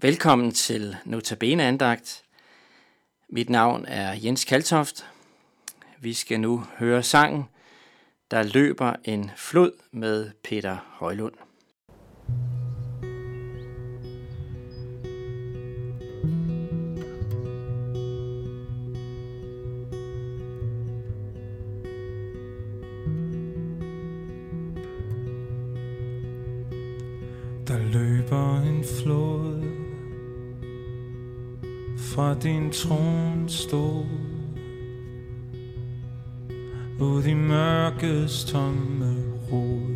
Velkommen til Notabene andagt. Mit navn er Jens Kaltoft. Vi skal nu høre sangen Der løber en flod med Peter Højlund. Der løber en flod fra din tronstol ud i mørkets tomme rod.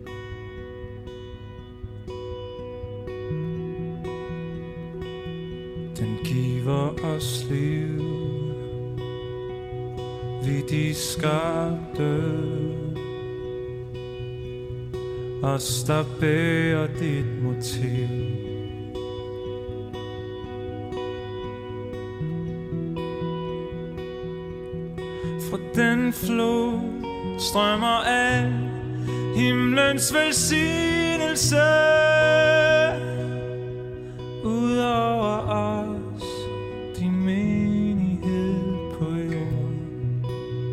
Den giver os liv, vi de skabte, os der bærer dit motiv. Fra den flod strømmer af himlens velsignelse ud over os, din menighed på jorden.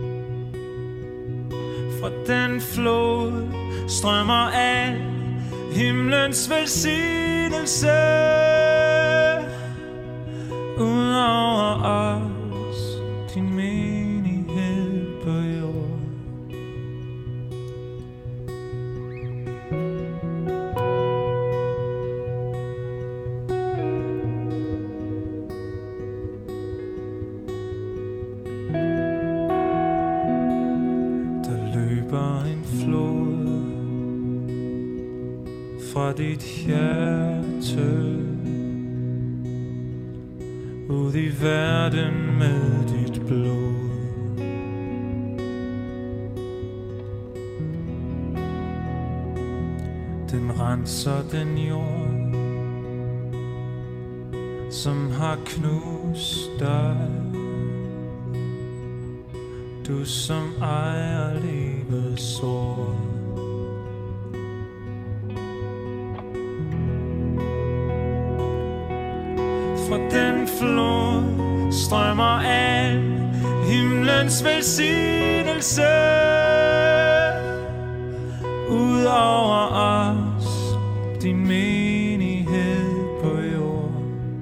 Fra den flod strømmer af himlens velsignelse ud over os, din menighed på jorden. Der løber en flod fra dit hjerte ud i verden med dit blod. Den renser den jord, som har knust dig, du som ejer livets ord. Fra den flod strømmer af himlens velsignelse ud over os, din menighed på jorden.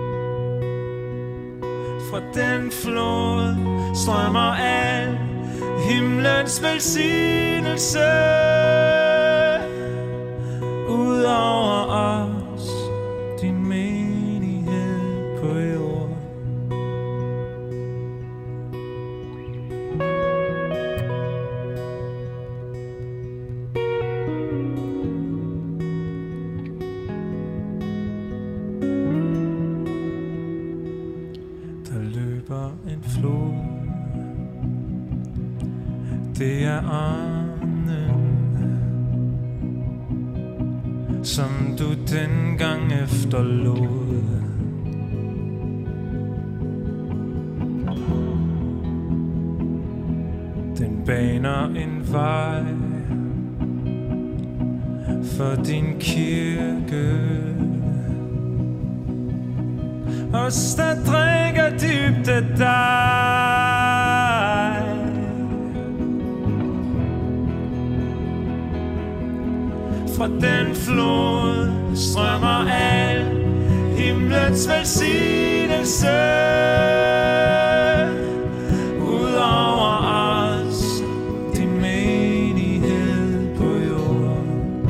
Fra den flod strømmer af himlens velsignelse ud over os, din menighed på jorden. Der løber en flod, det er ånden, som du dengang efterlod. Den baner en vej for din kirke, os der drikker dybt af dig. Fra den flod strømmer al himlens velsignelse ud over os, din menighed på jorden.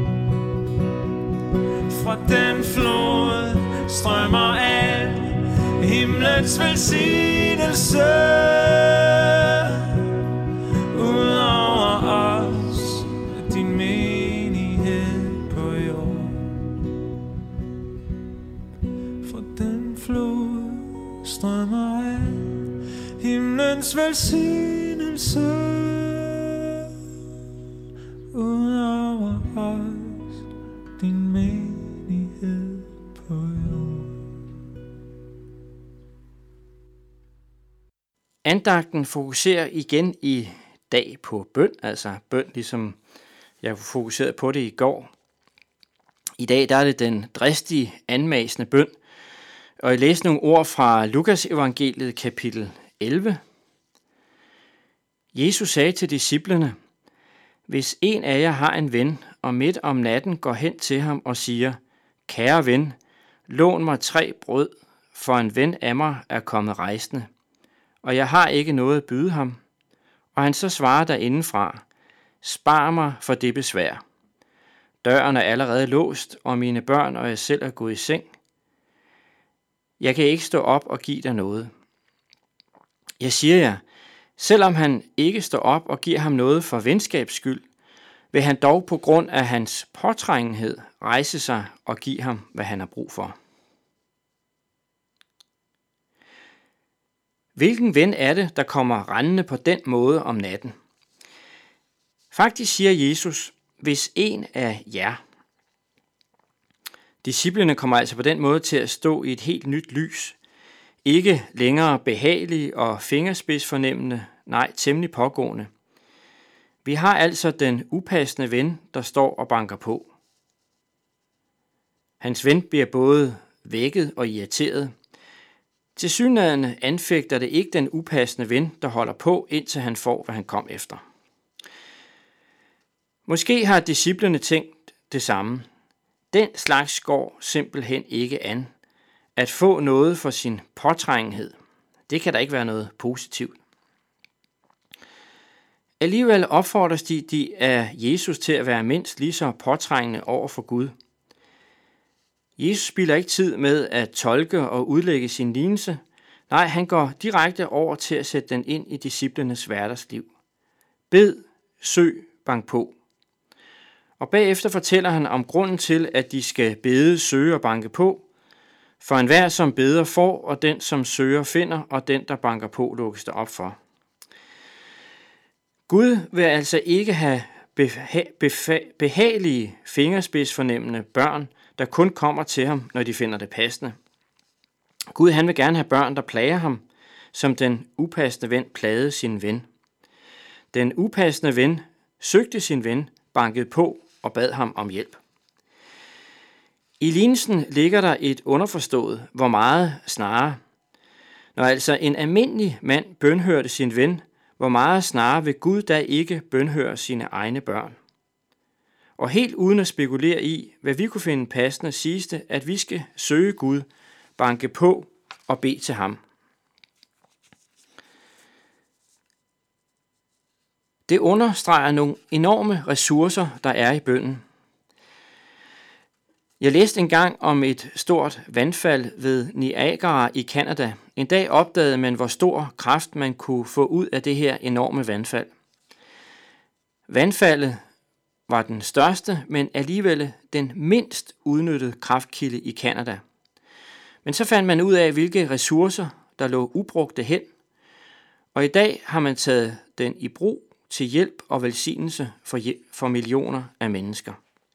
Fra den flod strømmer al himlens velsignelse ud over os, din menighed på jorden. Fra den flod strømmer af himlens velsignelse ud over os, din menighed på jorden. Andagten fokuserer igen i dag på bøn, altså bøn, ligesom jeg fokuserede på det i går. I dag der er det den dristige, anmasende bøn, og jeg læser nogle ord fra Lukas evangeliet kapitel 11. Jesus sagde til disciplene: Hvis en af jer har en ven, og midt om natten går hen til ham og siger: Kære ven, lån mig 3 brød, for en ven af mig er kommet rejsende, og jeg har ikke noget at byde ham. Og han så svarer derindefra: Spar mig for det besvær. Døren er allerede låst, og mine børn og jeg selv er gået i seng. Jeg kan ikke stå op og give dig noget. Jeg siger jer, selvom han ikke står op og giver ham noget for venskabs skyld, vil han dog på grund af hans påtrængenhed rejse sig og give ham, hvad han har brug for. Hvilken ven er det, der kommer rendende på den måde om natten? Faktisk siger Jesus: hvis en af jer. Disciplene kommer altså på den måde til at stå i et helt nyt lys. Ikke længere behagelige og fingerspidsfornemmende, nej, temmelig pågående. Vi har altså den upassende ven, der står og banker på. Hans ven bliver både vækket og irriteret. Tilsyneladende anfægter det ikke den upassende ven, der holder på, indtil han får, hvad han kom efter. Måske har disciplene tænkt det samme. Den slags går simpelthen ikke an. At få noget for sin påtrængenhed, det kan der ikke være noget positivt. Alligevel opfordres de af Jesus til at være mindst lige så påtrængende over for Gud. Jesus spilder ikke tid med at tolke og udlægge sin lignelse. Nej, han går direkte over til at sætte den ind i disciplenes hverdagsliv. Bed, søg, bank på. Og bagefter fortæller han om grunden til, at de skal bede, søge og banke på. For enhver, som beder, får, og den, som søger, finder, og den, der banker på, lukkes der op for. Gud vil altså ikke have behagelige, fingerspidsfornemmende børn, der kun kommer til ham, når de finder det passende. Gud, han vil gerne have børn, der plager ham, som den upassende ven plagede sin ven. Den upassende ven søgte sin ven, bankede på og bad ham om hjælp. I lignelsen ligger der et underforstået, hvor meget snarere. Når altså en almindelig mand bønhørte sin ven, hvor meget snarere vil Gud da ikke bønhøre sine egne børn. Og helt uden at spekulere i, hvad vi kunne finde passende, siges det, at vi skal søge Gud, banke på og bede til ham. Det understreger nogle enorme ressourcer, der er i bønnen. Jeg læste engang om et stort vandfald ved Niagara i Canada. En dag opdagede man, hvor stor kraft man kunne få ud af det her enorme vandfald. Vandfaldet var den største, men alligevel den mindst udnyttede kraftkilde i Canada. Men så fandt man ud af, hvilke ressourcer, der lå ubrugte hen, og i dag har man taget den i brug til hjælp og velsignelse for millioner af mennesker.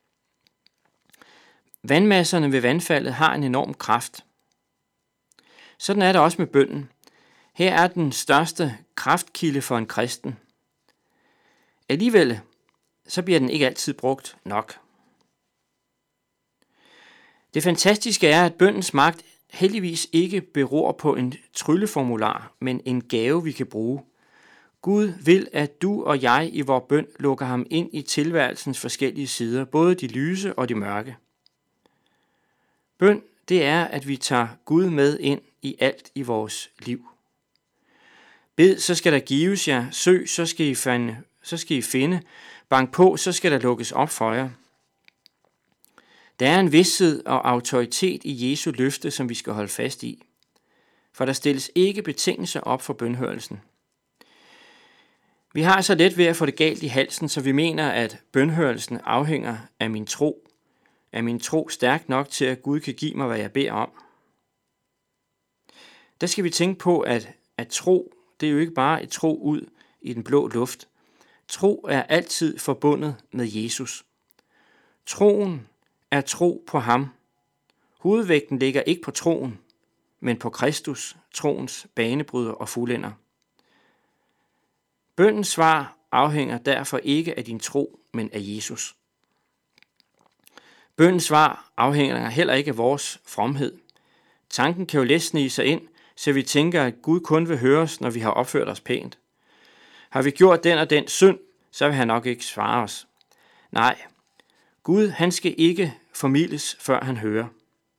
Vandmasserne ved vandfaldet har en enorm kraft. Sådan er det også med bønnen. Her er den største kraftkilde for en kristen. Alligevel så bliver den ikke altid brugt nok. Det fantastiske er, at bønnens magt heldigvis ikke beror på en trylleformular, men en gave, vi kan bruge. Gud vil, at du og jeg i vor bøn lukker ham ind i tilværelsens forskellige sider, både de lyse og de mørke. Bøn, det er, at vi tager Gud med ind i alt i vores liv. Bed, så skal der gives jer. Søg, så skal I finde. Bank på, så skal der lukkes op for jer. Der er en vished og autoritet i Jesu løfte, som vi skal holde fast i. For der stilles ikke betingelser op for bønhørelsen. Vi har så let ved at få det galt i halsen, så vi mener, at bønhørelsen afhænger af min tro. Er min tro stærk nok til, at Gud kan give mig, hvad jeg beder om? Der skal vi tænke på, at tro, det er jo ikke bare et tro ud i den blå luft. Tro er altid forbundet med Jesus. Troen er tro på ham. Hovedvægten ligger ikke på troen, men på Kristus, troens banebryder og fuldender. Bønnens svar afhænger derfor ikke af din tro, men af Jesus. Bønnens svar afhænger heller ikke af vores fromhed. Tanken kan jo let snige sig ind, så vi tænker, at Gud kun vil høre os, når vi har opført os pænt. Har vi gjort den og den synd, så vil han nok ikke svare os. Nej, Gud han skal ikke formildes, før han hører.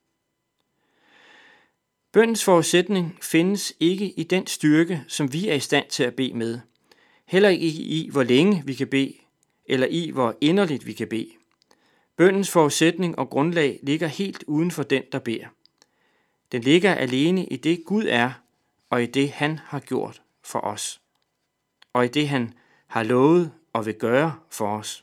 Bønnens forudsætning findes ikke i den styrke, som vi er i stand til at bede med. Heller ikke i, hvor længe vi kan bede, eller i, hvor inderligt vi kan bede. Bønnens forudsætning og grundlag ligger helt uden for den, der beder. Den ligger alene i det, Gud er, og i det, han har gjort for os. Og i det, han har lovet og vil gøre for os.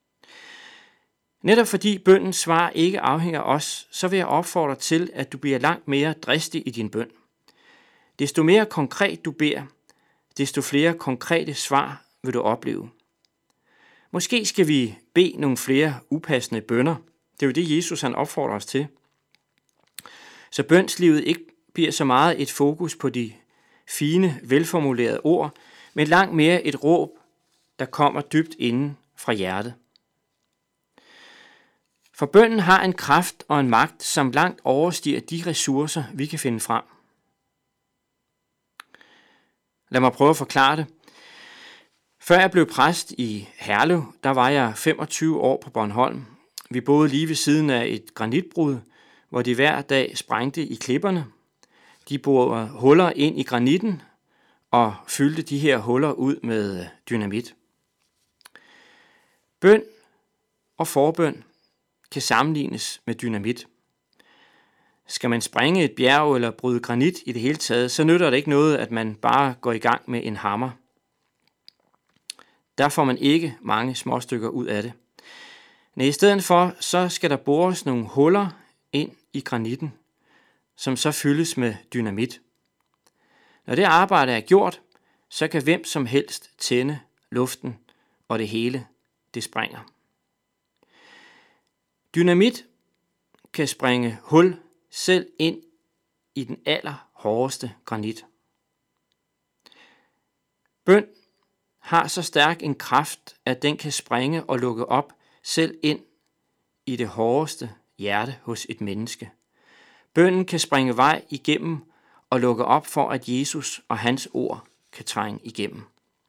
Netop fordi bønnens svar ikke afhænger af os, så vil jeg opfordre til, at du bliver langt mere dristig i din bøn. Desto mere konkret du beder, desto flere konkrete svar vil du opleve. Måske skal vi bede nogle flere upassende bønner. Det er jo det, Jesus han opfordrer os til. Så bønslivet ikke bliver så meget et fokus på de fine, velformulerede ord, men langt mere et råb, der kommer dybt inden fra hjertet. For bønnen har en kraft og en magt, som langt overstiger de ressourcer, vi kan finde frem. Lad mig prøve at forklare det. Før jeg blev præst i Herlev, der var jeg 25 år på Bornholm. Vi boede lige ved siden af et granitbrud, hvor de hver dag sprængte i klipperne. De borede huller ind i granitten og fyldte de her huller ud med dynamit. Bøn og forbøn kan sammenlignes med dynamit. Skal man sprænge et bjerg eller bryde granit i det hele taget, så nytter det ikke noget, at man bare går i gang med en hammer. Der får man ikke mange småstykker ud af det. Nej, i stedet for, så skal der bores nogle huller ind i granitten, som så fyldes med dynamit. Når det arbejde er gjort, så kan hvem som helst tænde luften, og det hele, det sprænger. Dynamit kan sprænge hul selv ind i den allerhårdeste granit. Bøn har så stærk en kraft, at den kan sprænge og lukke op selv ind i det hårdeste hjerte hos et menneske. Bønnen kan springe vej igennem og lukke op for, at Jesus og hans ord kan trænge igennem.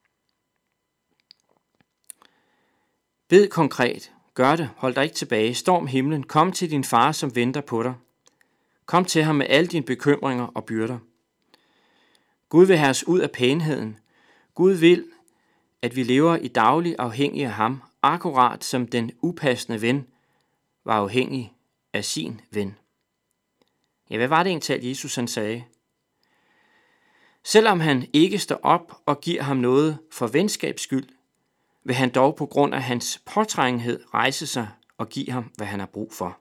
Bed konkret. Gør det. Hold dig ikke tilbage. Storm himlen. Kom til din far, som venter på dig. Kom til ham med alle dine bekymringer og byrder. Gud vil have os ud af pænheden. Gud vil, at vi lever i daglig afhængig af ham, akkurat som den upassende ven var afhængig af sin ven. Ja, hvad var det egentlig, Jesus han sagde? Selvom han ikke står op og giver ham noget for venskabs skyld, vil han dog på grund af hans påtrængenhed rejse sig og give ham, hvad han har brug for.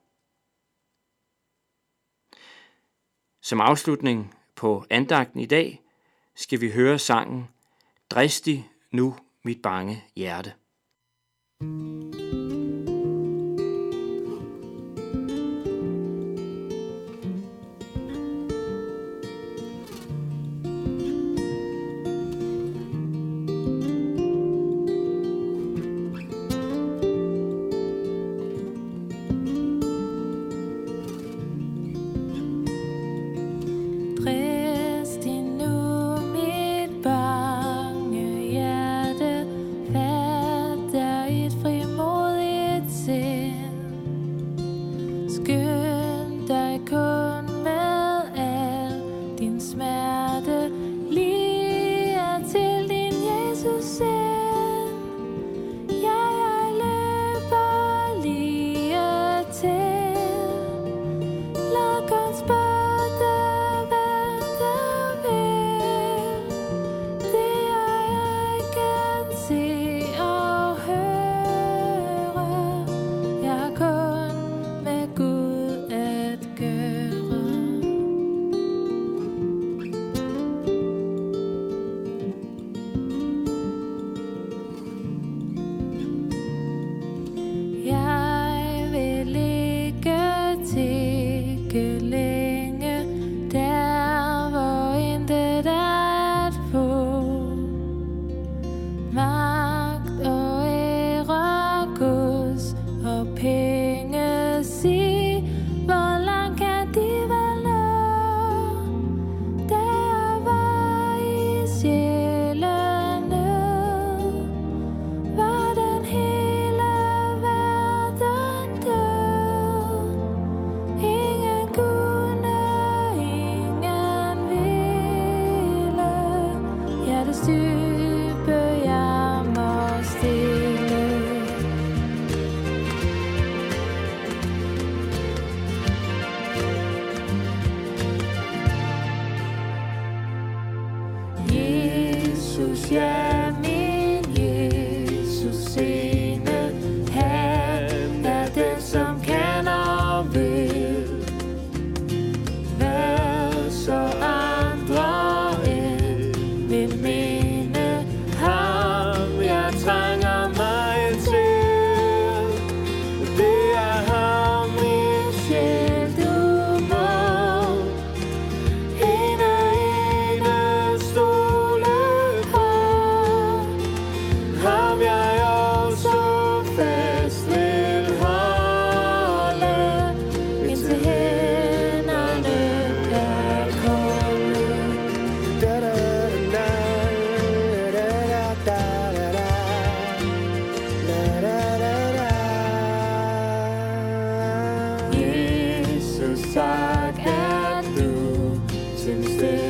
Som afslutning på andagten i dag, skal vi høre sangen Dristig nu mit bange hjerte. Gud Jesus, tak er du til stede.